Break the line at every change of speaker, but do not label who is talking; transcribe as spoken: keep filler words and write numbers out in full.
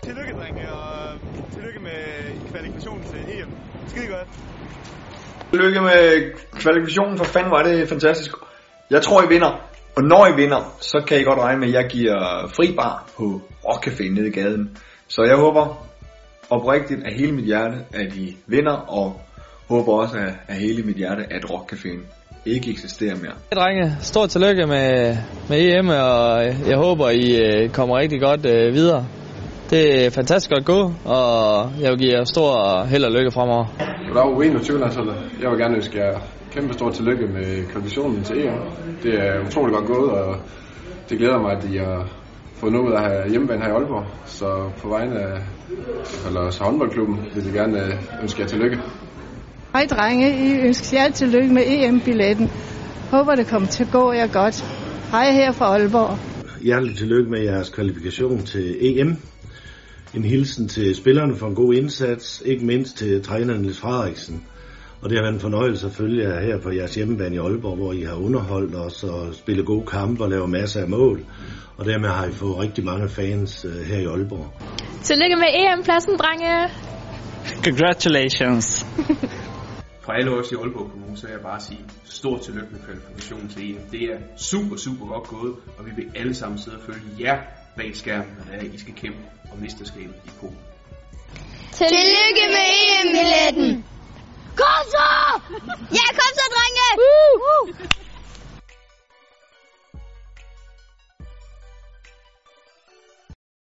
Tillykke, drenge, og tillykke med kvalifikationen til E M. Skide godt.
Tillykke med kvalifikationen, for fanden var det fantastisk. Jeg tror, I vinder. Og når I vinder, så kan I godt regne med, at jeg giver fri bar på Rockcaféen nede i gaden. Så jeg håber oprigtigt af hele mit hjerte, at I vinder, og håber også af, af hele mit hjerte, at Rockcaféen ikke eksisterer mere.
Hey, drenge, stort tillykke med, med E M, og jeg håber, I kommer rigtig godt videre. Det er fantastisk godt gå, og jeg vil give jer stor held og lykke fremover.
Goddag, enogtyve-landsholdet. Jeg vil gerne ønske jer kæmpe stort tillykke med kvalifikationen til E M. Det er utroligt godt gået, og det glæder mig, at I har fået noget ud af at have hjemmebane her i Aalborg. Så på vegne af eller håndboldklubben vil jeg gerne ønske jer tillykke.
Hej drenge, I ønsker jer tillykke med E M-billetten. Håber det kommer til at gå jer godt. Hej her fra Aalborg.
Hjertelig tillykke med jeres kvalifikation til E M. En hilsen til spillerne for en god indsats, ikke mindst til træneren Niels Frederiksen. Og det har været en fornøjelse at følge jer her på jeres hjemmebane i Aalborg, hvor I har underholdt os og spillet gode kampe og lavet masser af mål. Og dermed har I fået rigtig mange fans her i Aalborg.
Tillykke med E M-pladsen, drenge!
Congratulations!
For alle os i Aalborg Kommune, så vil jeg bare sige stort tillykke med kvalifikationen til E M. Det er super, super godt gået, og vi vil alle sammen sidde og følge jer bag skærmen, når I skal kæmpe om mesterskabet i Polen.
Tillykke med E M-billetten! Kom så! Ja, kom så, drenge! Uh! Uh!